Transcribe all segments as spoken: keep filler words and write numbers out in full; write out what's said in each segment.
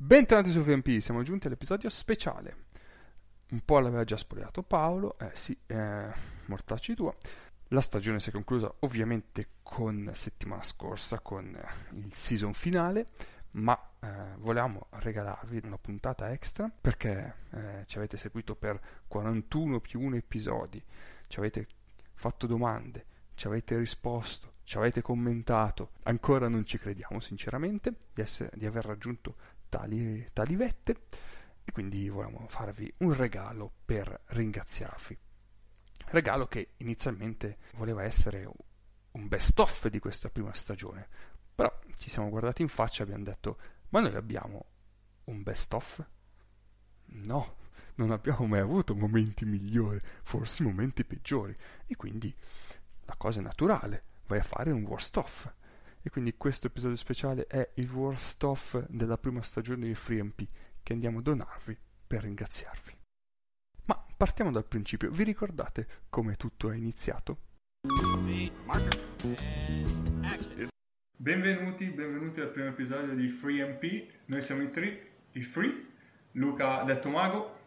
Bentornati su V M P, siamo giunti all'episodio speciale. Un po' l'aveva già spoilerato Paolo, eh sì, eh, mortacci tua. La stagione si è conclusa ovviamente con settimana scorsa, con eh, il season finale, ma eh, volevamo regalarvi una puntata extra perché eh, ci avete seguito per quarantuno più uno episodi, ci avete fatto domande, ci avete risposto, ci avete commentato. Ancora non ci crediamo sinceramente di, essere, di aver raggiunto tali, tali vette, e quindi volevamo farvi un regalo per ringraziarvi. Regalo che inizialmente voleva essere un best of di questa prima stagione, però ci siamo guardati in faccia e abbiamo detto: ma noi abbiamo un best of? No, non abbiamo mai avuto momenti migliori, forse momenti peggiori, e quindi la cosa è naturale, vai a fare un worst of. E quindi questo episodio speciale è il worst of della prima stagione di Free M P, che andiamo a donarvi per ringraziarvi. Ma partiamo dal principio. Vi ricordate come tutto è iniziato? Benvenuti, benvenuti al primo episodio di Free M P. Noi siamo i tre, i Free, Luca detto Mago.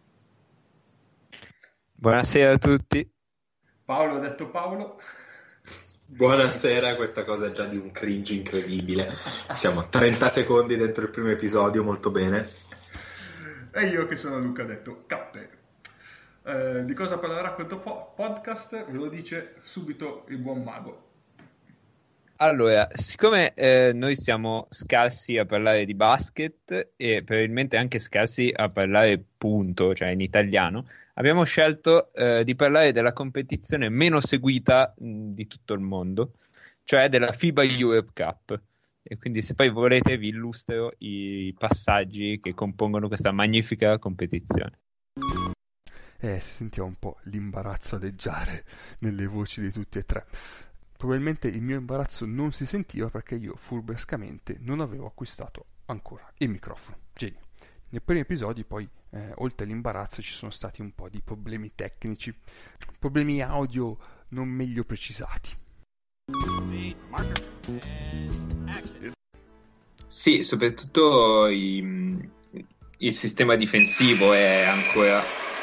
Buonasera a tutti. Paolo detto Paolo. Buonasera, questa cosa è già di un cringe incredibile. Siamo a trenta secondi dentro il primo episodio, molto bene. E io che sono Luca detto Cappe. Eh, di cosa parlerà questo po- podcast? Ve lo dice subito il buon Mago. Allora, siccome eh, noi siamo scarsi a parlare di basket e probabilmente anche scarsi a parlare punto, cioè in italiano, abbiamo scelto eh, di parlare della competizione meno seguita mh, di tutto il mondo, cioè della FIBA Europe Cup. E quindi se poi volete vi illustro i passaggi che compongono questa magnifica competizione. Eh, si sentiva un po' l'imbarazzo aleggiare nelle voci di tutti e tre. Probabilmente il mio imbarazzo non si sentiva perché io furbescamente non avevo acquistato ancora il microfono. Genio. Nei primi episodi poi, eh, oltre all'imbarazzo, ci sono stati un po' di problemi tecnici, problemi audio non meglio precisati. Sì, soprattutto i, il sistema difensivo è ancora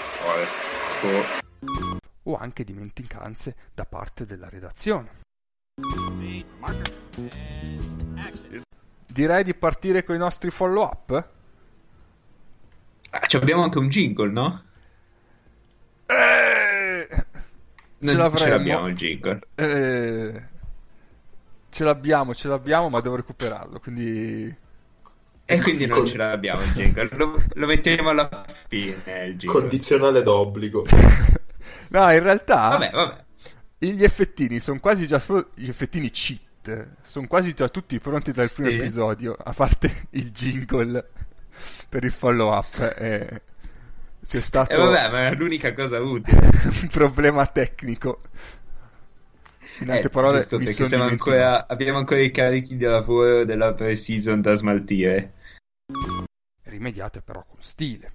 porco. O anche dimenticanze da parte della redazione. Direi di partire con i nostri follow up. Ah, abbiamo anche un jingle, no? Eh, Non ce l'avremmo. ce l'abbiamo il jingle. Eh, ce l'abbiamo, ce l'abbiamo, ma devo recuperarlo, quindi... E quindi non ce l'abbiamo il jingle. Lo, lo mettiamo alla fine il jingle. Condizionale d'obbligo. No, in realtà... Vabbè, vabbè. Gli effettini sono quasi già... Gli effettini cheat sono quasi già tutti pronti dal Sì. primo episodio, a parte il jingle per il follow up. Eh, c'è stato E vabbè, ma è l'unica cosa utile. un problema tecnico. In altre Eh, parole, giusto, mi perché sono siamo dimenticato. ancora, abbiamo ancora i carichi di lavoro della pre-season da smaltire. Rimediate però con stile.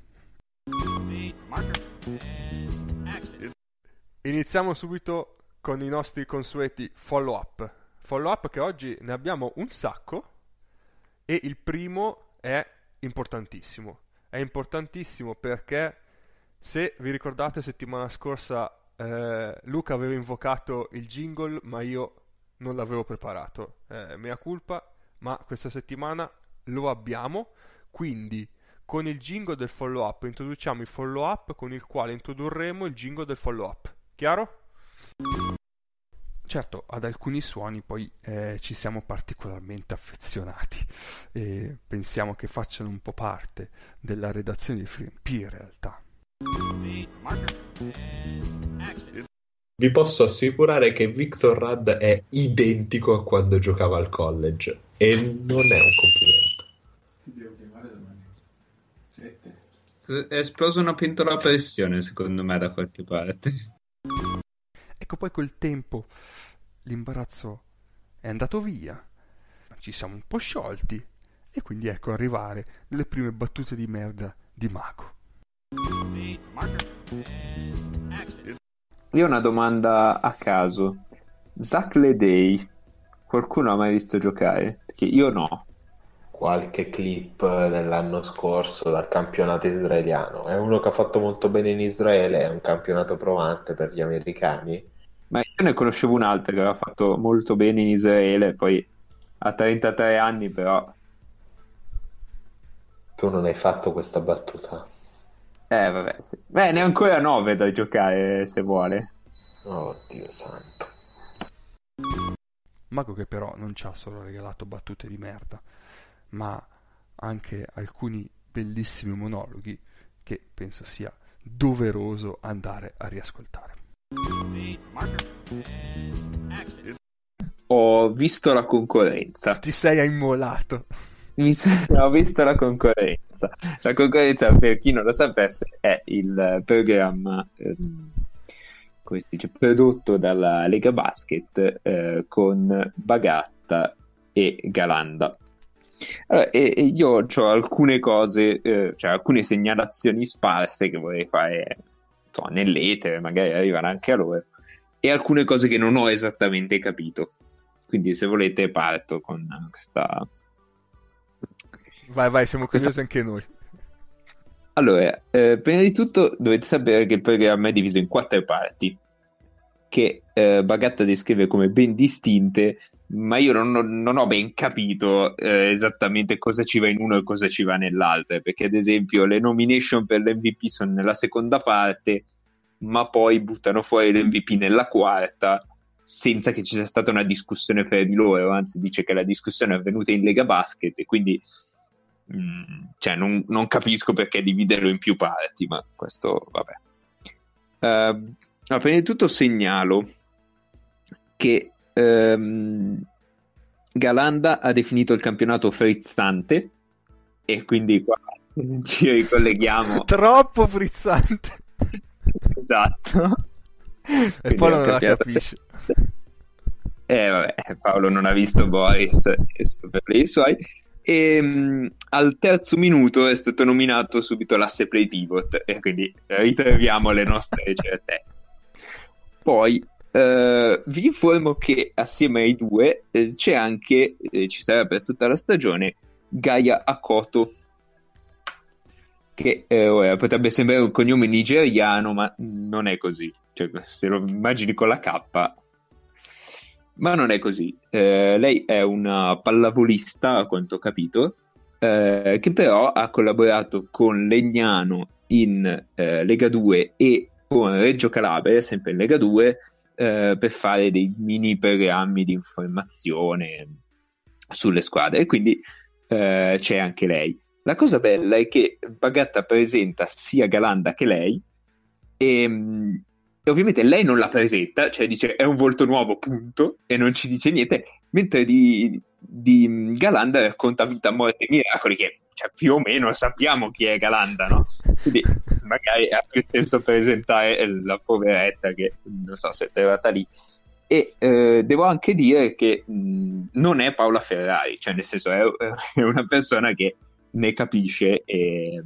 Iniziamo subito con i nostri consueti follow up. Follow up che oggi ne abbiamo un sacco, e il primo è importantissimo. È importantissimo perché, se vi ricordate, settimana scorsa eh, Luca aveva invocato il jingle, ma io non l'avevo preparato. Eh, mea culpa, ma questa settimana lo abbiamo, quindi con il jingle del follow up introduciamo il follow up con il quale introdurremo il jingle del follow up. Chiaro? Certo, ad alcuni suoni poi eh, ci siamo particolarmente affezionati e pensiamo che facciano un po' parte della redazione di Free M P in realtà. Vi posso assicurare che Victor Rudd è identico a quando giocava al college, e non è un complimento. Ti devo chiamare domani. Sette. È esplosa una pentola a pressione, secondo me, da qualche parte. Ecco, poi col tempo l'imbarazzo è andato via, ci siamo un po' sciolti, e quindi ecco arrivare le prime battute di merda di Mago. Io ho una domanda a caso. Zach Ledey, qualcuno ha mai visto giocare? Perché io no. qualche clip dell'anno scorso dal campionato israeliano. È uno che ha fatto molto bene in Israele, è un campionato provante per gli americani. Ma io ne conoscevo un altro che aveva fatto molto bene in Israele, poi ha trentatré anni però. Tu non hai fatto questa battuta. Eh vabbè, sì. Beh, ne ha ancora nove da giocare se vuole. Oh Dio santo. Mago che però non ci ha solo regalato battute di merda, ma anche alcuni bellissimi monologhi che penso sia doveroso andare a riascoltare. Ho visto la concorrenza. Ti sei immolato. Mi sa- Ho visto la concorrenza. La concorrenza, per chi non lo sapesse, è il programma ehm, come si dice, prodotto dalla Lega Basket eh, con Bagatta e Galanda. Allora, e, e io ho alcune cose, eh, cioè alcune segnalazioni sparse che vorrei fare insomma, nell'etere, magari arrivano anche a loro, e alcune cose che non ho esattamente capito. Quindi se volete parto con questa... Vai, vai, siamo questa... curiosi anche noi. Allora, eh, prima di tutto dovete sapere che il programma è diviso in quattro parti, che eh, Bagatta descrive come ben distinte, ma io non ho, non ho ben capito eh, esattamente cosa ci va in uno e cosa ci va nell'altro, perché ad esempio le nomination per l'M V P sono nella seconda parte, ma poi buttano fuori l'M V P nella quarta, senza che ci sia stata una discussione fra di loro, anzi dice che la discussione è avvenuta in Lega Basket e quindi mh, cioè non, non capisco perché dividerlo in più parti, ma questo vabbè. Uh, no, prima di tutto segnalo che um, Galanda ha definito il campionato frizzante e quindi qua ci ricolleghiamo. Troppo frizzante. Esatto. E Quindi poi non la campionato... capisce. Eh vabbè, Paolo non ha visto Boris e per i suoi. E mh, al terzo minuto è stato nominato subito l'asse play pivot e quindi ritroviamo le nostre certezze. Poi eh, vi informo che assieme ai due eh, c'è anche, eh, ci sarà per tutta la stagione, Gaia Akoto, che eh, ora potrebbe sembrare un cognome nigeriano, ma non è così. Cioè, se lo immagini con la K, ma non è così. Eh, lei è una pallavolista, a quanto ho capito, eh, che però ha collaborato con Legnano in eh, Lega due e con Reggio Calabria, sempre in Lega due, eh, per fare dei mini programmi di informazione sulle squadre. E quindi eh, c'è anche lei. La cosa bella è che Bagatta presenta sia Galanda che lei e, e ovviamente lei non la presenta, cioè dice è un volto nuovo, punto, e non ci dice niente, mentre di, di Galanda racconta vita, morte e miracoli, che cioè, più o meno sappiamo chi è Galanda, no? Quindi magari ha più senso presentare la poveretta che non so se è arrivata lì. E eh, devo anche dire che mh, non è Paola Ferrari, cioè nel senso è, è una persona che ne capisce e,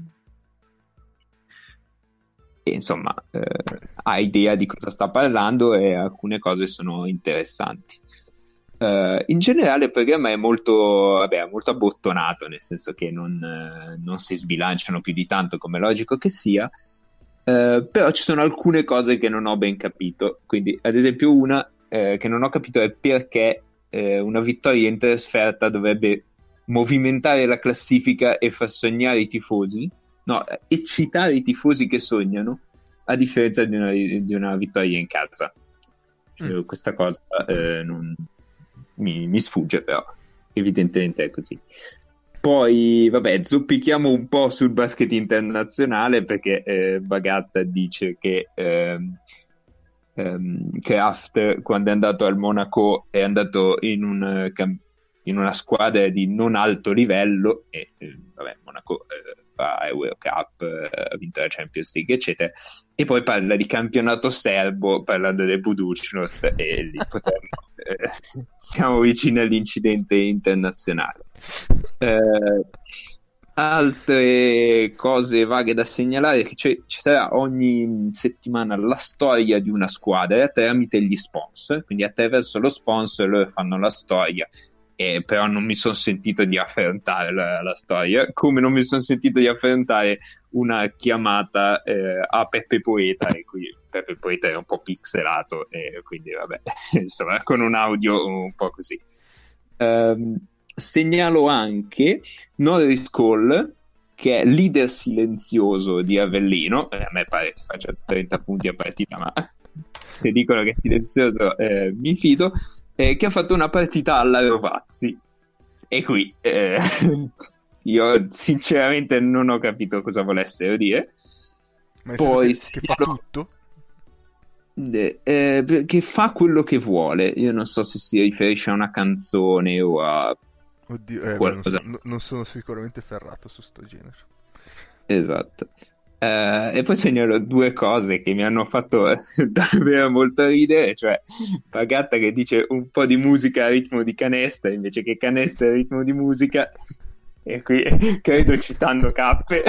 e insomma eh, ha idea di cosa sta parlando e alcune cose sono interessanti. Uh, in generale il programma è molto, vabbè, molto abbottonato, nel senso che non, uh, non si sbilanciano più di tanto, come è logico che sia, uh, però ci sono alcune cose che non ho ben capito. Quindi ad esempio una uh, che non ho capito è perché uh, una vittoria in trasferta dovrebbe movimentare la classifica e far sognare i tifosi, no, eccitare i tifosi che sognano, a differenza di una, di una vittoria in casa. Cioè, mm. Questa cosa uh, non Mi, mi sfugge, però evidentemente è così. Poi vabbè, zoppichiamo un po' sul basket internazionale perché eh, Bagatta dice che ehm, ehm, Kraft quando è andato al Monaco è andato in, un, in una squadra di non alto livello e eh, vabbè, Monaco eh, fa Eurocup, eh, ha vinto la Champions League eccetera, e poi parla di campionato serbo parlando del Budućnost e lì potremmo Eh, siamo vicini all'incidente internazionale. Eh, altre cose vaghe da segnalare che ci sarà ogni settimana la storia di una squadra tramite gli sponsor, quindi attraverso lo sponsor loro fanno la storia eh, però non mi sono sentito di affrontare la, la storia, come non mi sono sentito di affrontare una chiamata eh, a Peppe Poeta, e qui Peppe Poeta è un po' pixelato, e quindi vabbè, insomma, con un audio un po' così. Um, segnalo anche Norris Cole, che è leader silenzioso di Avellino. Eh, a me pare che faccia trenta punti a partita, ma se dicono che è silenzioso eh, mi fido, eh, che ha fatto una partita alla Rovazzi, e qui eh, io sinceramente non ho capito cosa volessero dire. Ma poi che, che fa tutto? Eh, eh, che fa quello che vuole. Io non so se si riferisce a una canzone o a Oddio, eh, beh, non, so, non sono sicuramente ferrato su sto genere. Esatto. Uh, e poi segnalo due cose che mi hanno fatto davvero molto ridere, cioè Pagatta che dice un po' di musica a ritmo di canestra invece che canestra a ritmo di musica, e qui credo citando Cappe.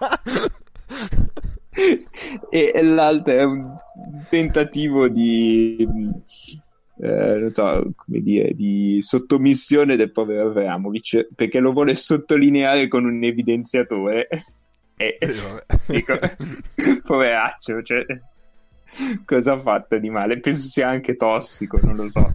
E l'altro è un tentativo di eh, non so come dire, di sottomissione del povero Avramovic, perché lo vuole sottolineare con un evidenziatore. E eh, dico, poveraccio, cioè, cosa ha fatto di male? Penso sia anche tossico, non lo so.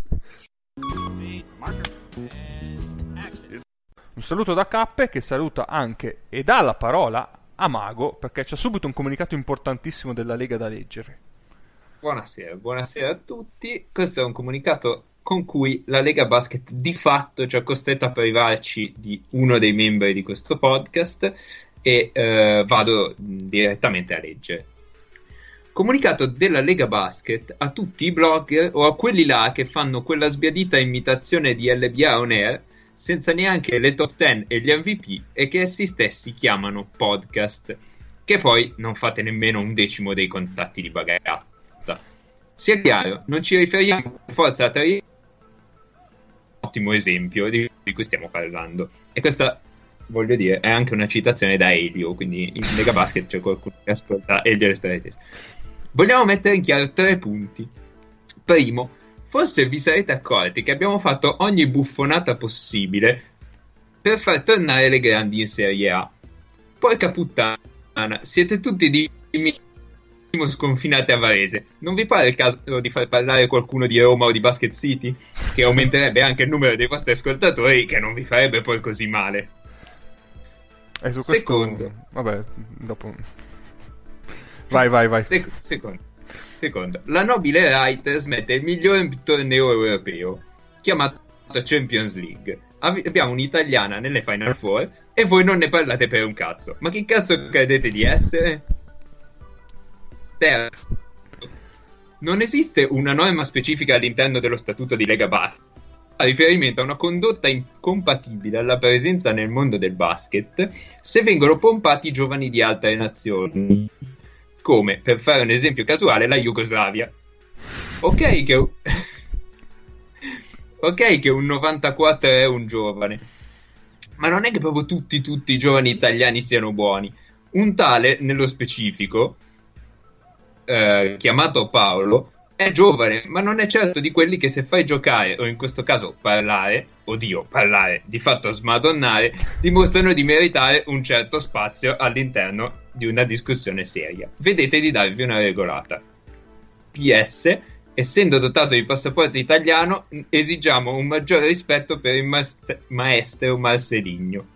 Un saluto da Cappe, che saluta anche e dà la parola a Mago, perché c'è subito un comunicato importantissimo della Lega da leggere. Buonasera, buonasera a tutti. Questo è un comunicato con cui la Lega Basket di fatto ci ha costretto a privarci di uno dei membri di questo podcast, e eh, vado direttamente a leggere. Comunicato della Lega Basket a tutti i blogger o a quelli là che fanno quella sbiadita imitazione di L B A On Air senza neanche le top dieci e gli M V P, e che essi stessi chiamano podcast, che poi non fate nemmeno un decimo dei contatti di Bagatta. Sia chiaro, non ci riferiamo a forza a tre. Ottimo esempio di, di cui stiamo parlando, e questa, voglio dire, è anche una citazione da Elio, quindi in Lega Basket c'è qualcuno che ascolta Elio e Strates. Vogliamo mettere in chiaro tre punti. Primo, forse vi sarete accorti che abbiamo fatto ogni buffonata possibile per far tornare le grandi in Serie A. Porca puttana, siete tutti di sconfinate a Varese. Non vi pare il caso di far parlare qualcuno di Roma o di Basket City? Che aumenterebbe anche il numero dei vostri ascoltatori, che non vi farebbe poi così male. E su questo... Secondo. Vabbè, dopo... Vai, vai, vai. Sec- secondo. Secondo. La nobile Reiter smette il migliore torneo europeo, chiamato Champions League. Ab- abbiamo un'italiana nelle Final Four e voi non ne parlate per un cazzo. Ma chi cazzo credete di essere? Terzo, non esiste una norma specifica all'interno dello statuto di Lega Basket a riferimento a una condotta incompatibile alla presenza nel mondo del basket se vengono pompati giovani di altre nazioni, come, per fare un esempio casuale, la Jugoslavia. Ok che ok che un novantaquattro è un giovane, ma non è che proprio tutti tutti i giovani italiani siano buoni. Un tale, nello specifico, Eh, chiamato Paolo, è giovane, ma non è certo di quelli che se fai giocare, o in questo caso parlare, oddio, parlare, di fatto smadonnare, dimostrano di meritare un certo spazio all'interno di una discussione seria. Vedete di darvi una regolata. P S, essendo dotato di passaporto italiano, esigiamo un maggiore rispetto per il mas- maestro Marceligno.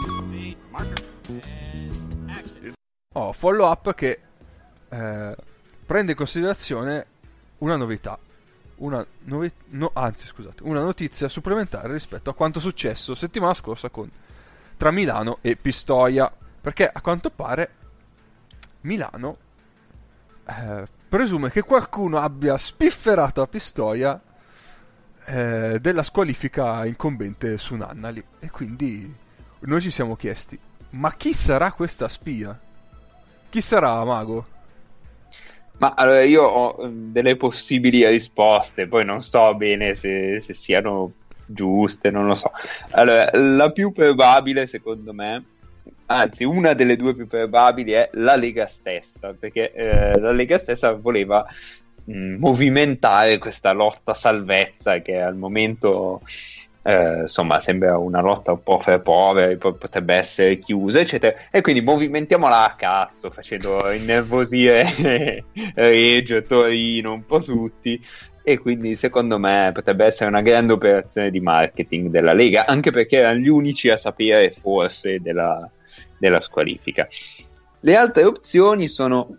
Oh, follow up che eh, prende in considerazione una novità, una novi- no, anzi scusate, una notizia supplementare rispetto a quanto successo settimana scorsa con tra Milano e Pistoia, perché a quanto pare Milano eh, presume che qualcuno abbia spifferato a Pistoia eh, della squalifica incombente su Nannali, e quindi noi ci siamo chiesti: ma chi sarà questa spia? Chi sarà, Mago? Ma allora io ho delle possibili risposte, poi non so bene se, se siano giuste, non lo so. Allora, la più probabile secondo me, anzi una delle due più probabili, è la Lega stessa, perché eh, la Lega stessa voleva mh, movimentare questa lotta salvezza che al momento eh, insomma sembra una lotta un po' fra poveri, poi potrebbe essere chiusa eccetera, e quindi movimentiamola a cazzo facendo innervosire Reggio, Torino, un po' tutti, e quindi secondo me potrebbe essere una grande operazione di marketing della Lega, anche perché erano gli unici a sapere forse della, della squalifica. Le altre opzioni sono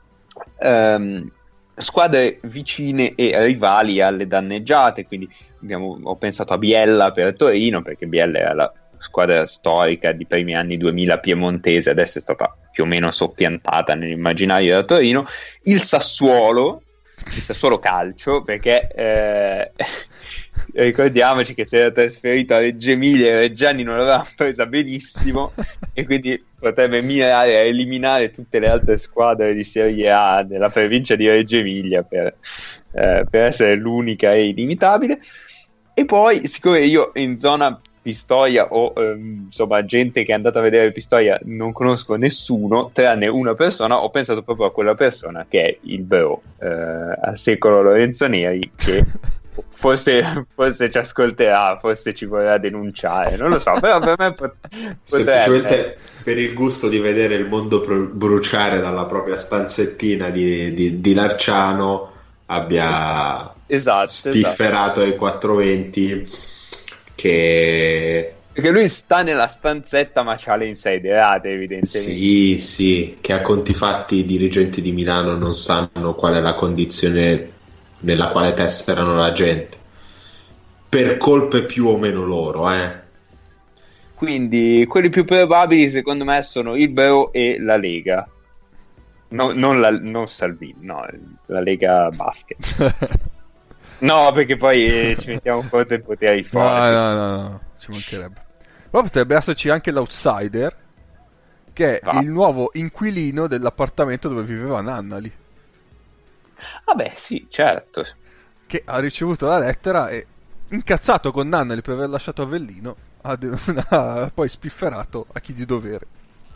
ehm, squadre vicine e rivali alle danneggiate, quindi abbiamo, ho pensato a Biella per Torino, perché Biella era la squadra storica di primi anni duemila piemontese, adesso è stata più o meno soppiantata nell'immaginario da Torino. Il Sassuolo, il Sassuolo Calcio, perché eh, ricordiamoci che si era trasferito a Reggio Emilia e Reggiani non l'aveva presa benissimo e quindi potrebbe mirare a eliminare tutte le altre squadre di Serie A della provincia di Reggio Emilia per, eh, per essere l'unica e inimitabile. E poi, siccome io in zona Pistoia o ehm, insomma gente che è andata a vedere Pistoia non conosco nessuno tranne una persona, ho pensato proprio a quella persona che è il bro eh, al secolo Lorenzo Neri, che forse, forse ci ascolterà, forse ci vorrà denunciare, non lo so, però per me pot- semplicemente per il gusto di vedere il mondo pro- bruciare dalla propria stanzettina di, di, di Larciano abbia esatto, spifferato ai esatto. quattrocentoventi che perché lui sta nella stanzetta ma c'ha le insiderate evidentemente. Sì, sì, che a conti fatti i dirigenti di Milano non sanno qual è la condizione nella quale tesserano la gente, per colpe più o meno loro, eh. Quindi quelli più probabili secondo me sono il Bro e la Lega, no, non, la, non Salvini, no, la Lega Basket. No, perché poi eh, ci mettiamo un po' del potere forti. No, no, no, no, ci mancherebbe. Però potrebbe esserci anche l'outsider, che è ah. il nuovo inquilino dell'appartamento dove viveva Nannali. Vabbè, sì, certo. Che ha ricevuto la lettera e, incazzato con Nannali per aver lasciato Avellino, ha, de- ha poi spifferato a chi di dovere.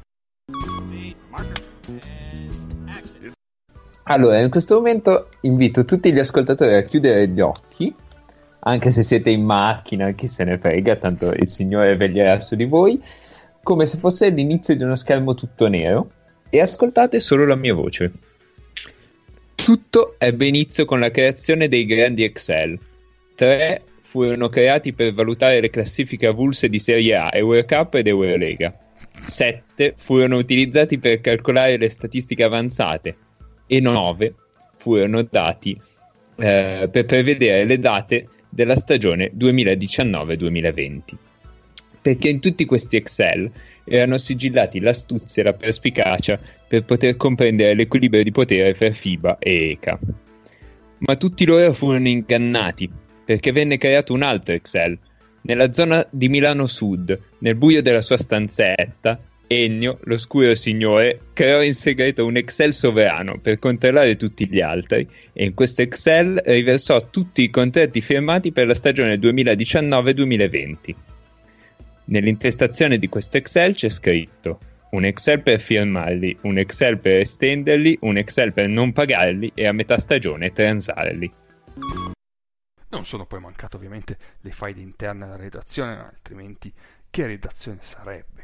Allora, in questo momento invito tutti gli ascoltatori a chiudere gli occhi, anche se siete in macchina, chi se ne frega, tanto il Signore veglierà su di voi, come se fosse l'inizio di uno schermo tutto nero, e ascoltate solo la mia voce. Tutto ebbe inizio con la creazione dei grandi Excel. Tre furono creati per valutare le classifiche avulse di Serie A, Eurocup ed Eurolega. Sette furono utilizzati per calcolare le statistiche avanzate e nove furono dati eh, per prevedere le date della stagione duemiladiciannove duemilaventi. Perché in tutti questi Excel erano sigillati l'astuzia e la perspicacia per poter comprendere l'equilibrio di potere fra FIBA e ECA. Ma tutti loro furono ingannati, perché venne creato un altro Excel. Nella zona di Milano Sud, nel buio della sua stanzetta, Ennio, l'oscuro signore, creò in segreto un Excel sovrano per controllare tutti gli altri, e in questo Excel riversò tutti i contratti firmati per la stagione duemiladiciannove duemilaventi. Nell'intestazione di questo Excel c'è scritto un Excel per firmarli, un Excel per estenderli, un Excel per non pagarli e a metà stagione transarli. Non sono poi mancate ovviamente le faide interne alla redazione, altrimenti che redazione sarebbe?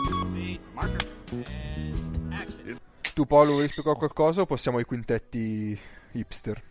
Tu Paolo vuoi spiegare qualcosa o passiamo ai quintetti hipster?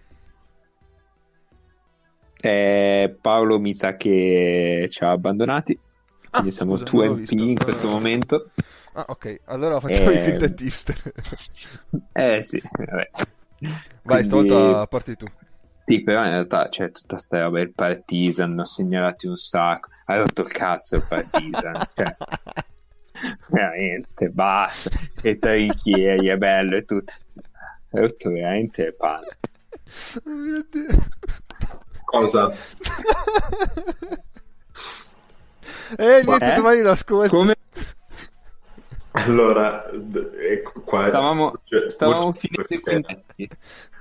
Eh, Paolo mi sa che ci ha abbandonati, quindi ah, siamo scusa, tu e P in questo uh... momento. Ah, ok, allora facciamo eh... i quintetti hipster. Eh sì, vabbè. Vai, quindi... stavolta parti tu. Sì, però in realtà c'è tutta sta roba, il Partizan, ne ho segnalati un sacco, ha rotto il cazzo il Partizan, cioè, veramente, basta, e Tarichieri è bello e tutto, ha rotto veramente le palle. Oh mio Dio. Cosa? Eh, niente, eh? domani lo ascolto. Come? Allora, ecco qua. Stavamo, cioè, stavamo finendo i quintetti.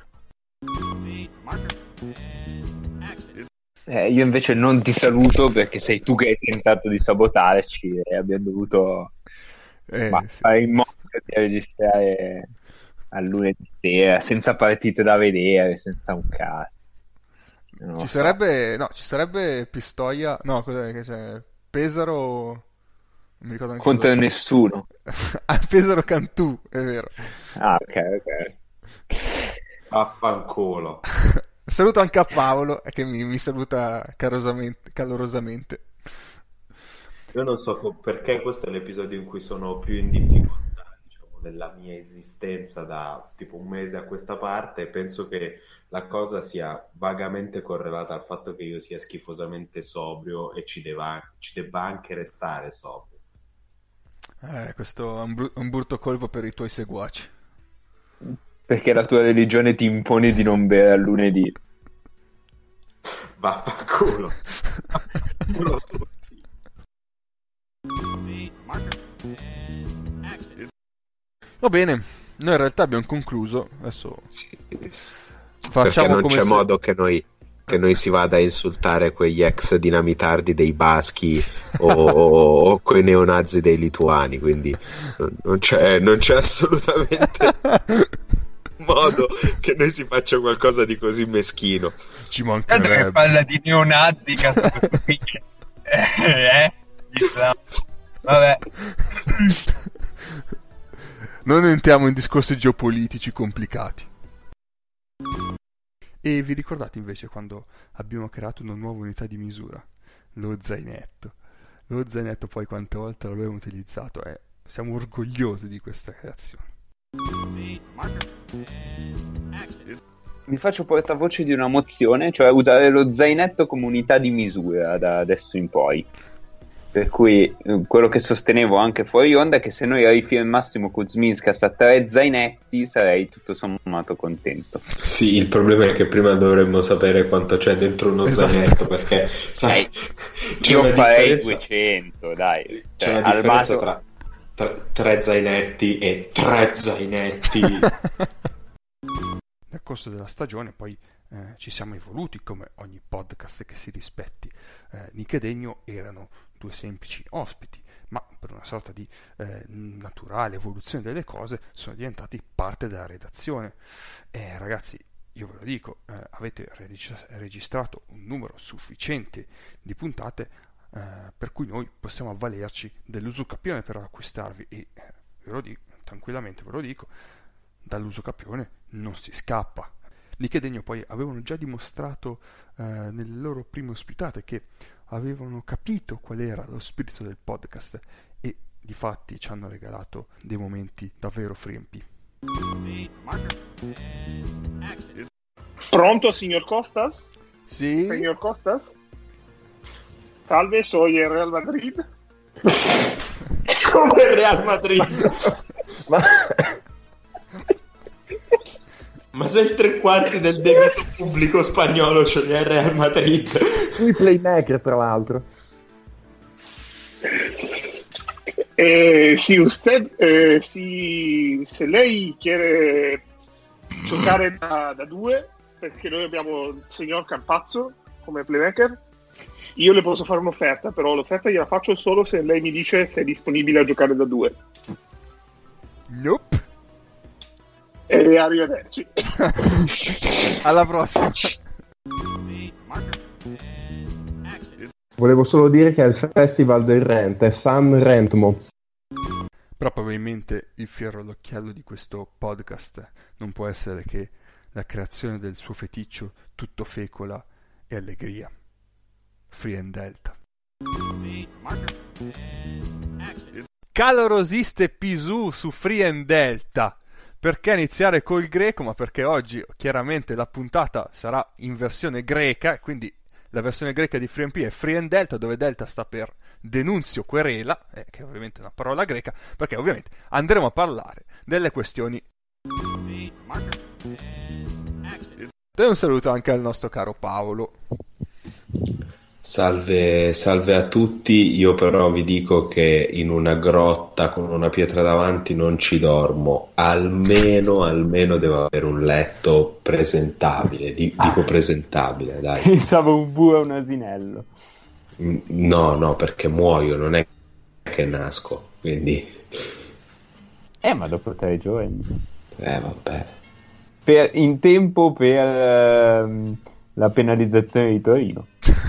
Eh, io invece non ti saluto perché sei tu che hai tentato di sabotarci e abbiamo dovuto eh, bah, sì. fare in modo di registrare a lunedì sera senza partite da vedere, senza un cazzo. Ci sarebbe, no, ci sarebbe Pistoia, no, cos'è che c'è? Pesaro, non mi ricordo neanche contro cosa c'è. nessuno. Ah, Pesaro Cantù, è vero. Ah, ok, ok. Vaffanculo. Saluto anche a Paolo che mi, mi saluta calorosamente, calorosamente. Io non so co- perché questo è l'episodio in cui sono più in difficoltà, diciamo, nella mia esistenza da tipo un mese a questa parte, e penso che la cosa sia vagamente correlata al fatto che io sia schifosamente sobrio e ci deva, ci debba anche restare sobrio. Eh, questo è un, bru- un brutto colpo per i tuoi seguaci. Perché la tua religione ti impone di non bere al lunedì. Vaffanculo. Culo tutti. Va bene, noi in realtà abbiamo concluso. Adesso Sì. facciamo Perché non come c'è se... modo che noi, che noi si vada a insultare quegli ex dinamitardi dei baschi o, o, o quei neonazi dei lituani, quindi non, non c'è, non c'è assolutamente modo che noi si faccia qualcosa di così meschino. Ci Tanto che mancherebbe. parla di neonazi, cazzo, questo qui che- eh, eh, gli sta- vabbè. Non entriamo in discorsi geopolitici complicati. E vi ricordate invece quando abbiamo creato una nuova unità di misura? Lo zainetto. Lo zainetto poi quante volte lo abbiamo utilizzato? Eh, siamo orgogliosi di questa creazione. Mi faccio portavoce di una mozione, cioè usare lo zainetto come unità di misura da adesso in poi. Per cui eh, quello che sostenevo anche fuori onda è che se noi rifirmassimo Kuzminskas a tre zainetti sarei tutto sommato contento. Sì, il problema è che prima dovremmo sapere quanto c'è dentro uno Esatto. zainetto, perché sai, c'è Io una farei differenza, duecento, dai. c'è Cioè, una al differenza massimo- tra, tra tre zainetti e tre zainetti. Nel corso della stagione poi eh, ci siamo evoluti come ogni podcast che si rispetti. Eh, Nick e Degno erano due semplici ospiti, ma per una sorta di eh, naturale evoluzione delle cose sono diventati parte della redazione. E ragazzi, io ve lo dico, eh, avete reg- registrato un numero sufficiente di puntate eh, per cui noi possiamo avvalerci dell'usucapione per acquistarvi e eh, ve lo dico, tranquillamente ve lo dico, dall'usucapione non si scappa. Nick e Degno poi avevano già dimostrato eh, nelle loro prime ospitate che avevano capito qual era lo spirito del podcast e difatti ci hanno regalato dei momenti davvero free M P. Pronto, signor Costas? Sì? Signor Costas? Salve, soy el Real Madrid. Come il Real Madrid. Ma... Ma se il tre quarti del debito pubblico spagnolo ce l'ha il Real Madrid. I playmaker, tra l'altro. Eh, sì, usted, eh, sì, se lei quiere giocare da, da due, perché noi abbiamo il signor Campazzo come playmaker, io le posso fare un'offerta, però l'offerta gliela faccio solo se lei mi dice se è disponibile a giocare da due. Nope. E arrivederci. Alla prossima. Volevo solo dire che è il festival del Rent, è San Rentmo. Però probabilmente il fiero all'occhiello di questo podcast non può essere che la creazione del suo feticcio tutto fecola e allegria. Free and Delta. Calorosiste Pisù su Free and Delta. Perché iniziare col greco? Ma perché oggi chiaramente la puntata sarà in versione greca, e quindi la versione greca di Free and P è Free and Delta, dove Delta sta per denunzio querela, eh, che ovviamente è una parola greca, perché ovviamente andremo a parlare delle questioni. E un saluto anche al nostro caro Paolo. Salve, salve a tutti, io però vi dico che in una grotta con una pietra davanti non ci dormo, almeno, almeno devo avere un letto presentabile, Di- dico presentabile, dai. Pensavo un bue e un asinello. Mm, No, no, perché muoio, non è che nasco, quindi, Eh, ma dopo tre giorni. eh vabbè. Per, in tempo per ehm, La penalizzazione di Torino.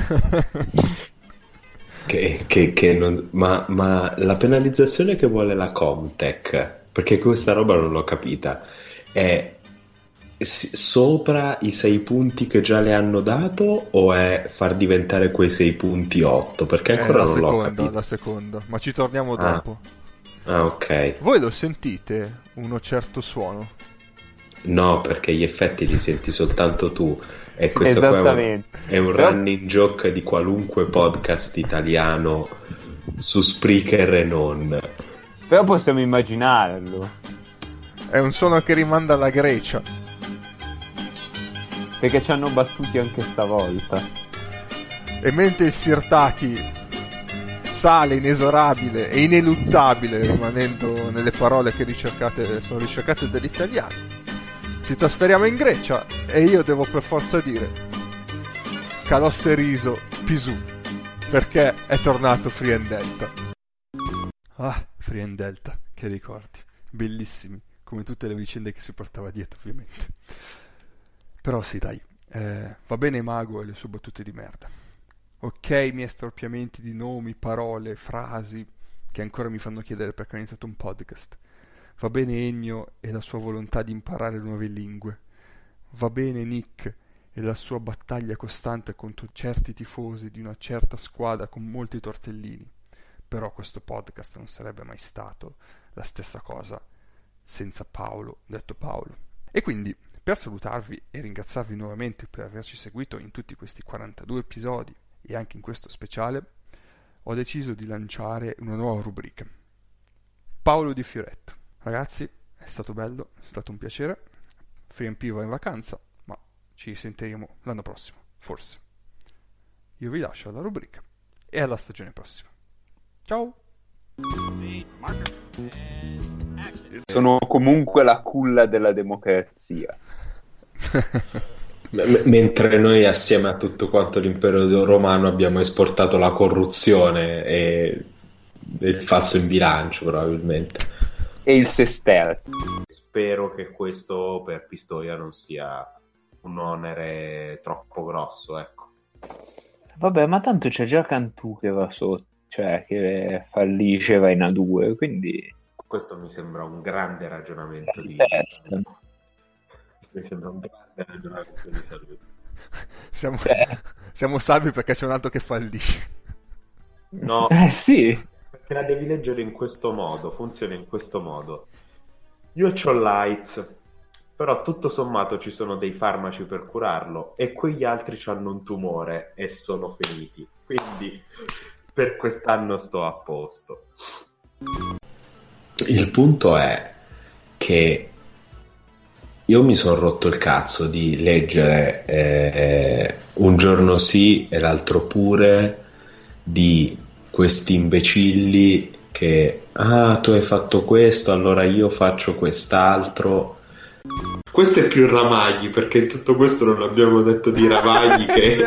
che, che, che non, ma, ma la penalizzazione che vuole la Comtech, perché questa roba non l'ho capita, è sopra i sei punti che già le hanno dato o è far diventare quei sei punti otto? Perché ancora non seconda, l'ho capito. La seconda, ma ci torniamo ah. dopo. Ah, ok. Voi lo sentite uno certo suono? No, perché gli effetti li senti soltanto tu. E questo qua è un, è un Però... running joke di qualunque podcast italiano su Spreaker e non. Però possiamo immaginarlo. È un suono che rimanda alla Grecia. Perché ci hanno battuti anche stavolta. E mentre il Sirtaki sale inesorabile e ineluttabile, rimanendo nelle parole che ricercate sono ricercate dall'italiano, ci trasferiamo in Grecia e io devo per forza dire Calosteriso Pisù, perché è tornato Free and Delta. Ah, Free and Delta, che ricordi bellissimi, come tutte le vicende che si portava dietro, ovviamente. Però sì, dai, eh, va bene Mago e le sue battute di merda. Ok, i miei storpiamenti di nomi, parole, frasi che ancora mi fanno chiedere perché ho iniziato un podcast. Va bene Ennio e la sua volontà di imparare nuove lingue. Va bene Nick e la sua battaglia costante contro certi tifosi di una certa squadra con molti tortellini. Però questo podcast non sarebbe mai stato la stessa cosa senza Paolo, detto Paolo. E quindi, per salutarvi e ringraziarvi nuovamente per averci seguito in tutti questi quarantadue episodi e anche in questo speciale, ho deciso di lanciare una nuova rubrica. Paolo di Fioretto. Ragazzi, è stato bello, è stato un piacere. Free and P va in vacanza, ma ci sentiremo l'anno prossimo, forse. Io vi lascio alla rubrica e alla stagione prossima. Ciao! Sono comunque la culla della democrazia. M- mentre noi assieme a tutto quanto l'impero romano abbiamo esportato la corruzione e, e il falso in bilancio, probabilmente. E il sesterzo. Spero che questo per Pistoia non sia un onere troppo grosso, ecco. Vabbè, ma tanto c'è già Cantù che va sotto, cioè che fallisce, va in A due, quindi... Questo mi sembra un grande ragionamento di... Questo mi sembra un grande ragionamento di salute. Siamo, siamo salvi perché c'è un altro che fallisce. No, eh sì, perché la devi leggere in questo modo, funziona in questo modo. Io c'ho l'AIDS, però tutto sommato ci sono dei farmaci per curarlo e quegli altri hanno un tumore e sono finiti. Quindi per quest'anno sto a posto. Il punto è che io mi sono rotto il cazzo di leggere eh, un giorno sì e l'altro pure di questi imbecilli che ah tu hai fatto questo allora io faccio quest'altro. Questo è più Ramaghi, perché in tutto questo non abbiamo detto di Ramaghi che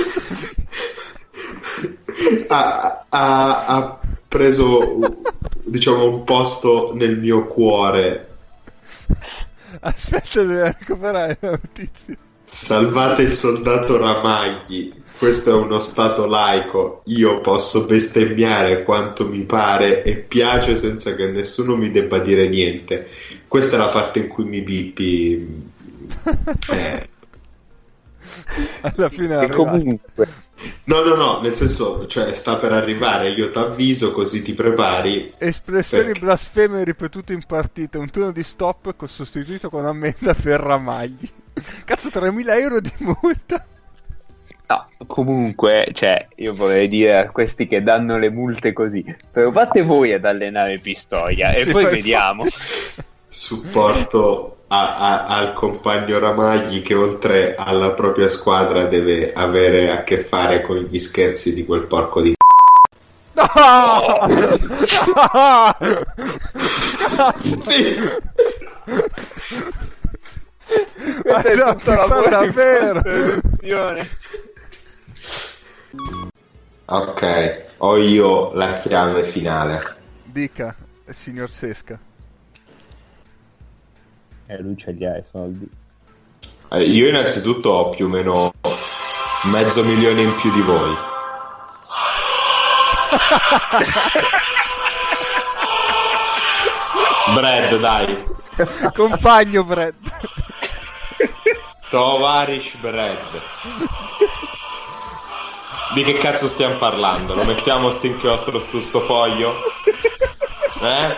ha, ha, ha preso diciamo un posto nel mio cuore. Aspetta, devo recuperare la notizia. Salvate il soldato Ramaghi. Questo è uno stato laico. Io posso bestemmiare quanto mi pare e piace senza che nessuno mi debba dire niente. Questa è la parte in cui mi bippi. Eh. Alla fine e comunque No, no, no, nel senso, cioè sta per arrivare, io t'avviso così ti prepari. Espressioni perché... blasfeme ripetute in partita, un turno di stop sostituito con ammenda per Ramagli. Cazzo, tremila euro di multa? no, comunque, cioè, io vorrei dire a questi che danno le multe così, provate voi ad allenare Pistoia e sì, poi poi vediamo. Supporto a, a, al compagno Ramagli che oltre alla propria squadra deve avere a che fare con gli scherzi di quel porco di no! sì. Questa è no, tutta la fa davvero. Ok, ho io la chiave finale. Dica, signor Sesca. Eh, lui ce li ha i soldi. Eh, io innanzitutto ho più o meno Mezzo milione in più di voi. Brad, dai. Compagno Brad. Tovarish Brad. Di che cazzo stiamo parlando? Lo mettiamo sto inchiostro su sto foglio? Eh?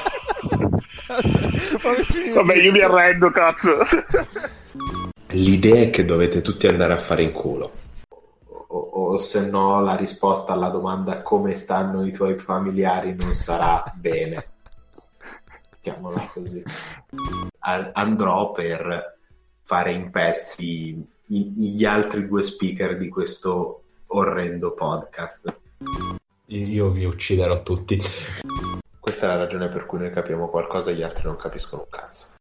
Vabbè, io mi arrendo, cazzo. L'idea è che dovete tutti andare a fare in culo. O, o se no la risposta alla domanda come stanno i tuoi familiari non sarà bene. Mettiamola così. A- andrò per fare in pezzi i- gli altri due speaker di questo orrendo podcast. Io vi ucciderò tutti. Questa è la ragione per cui noi capiamo qualcosa e gli altri non capiscono un cazzo.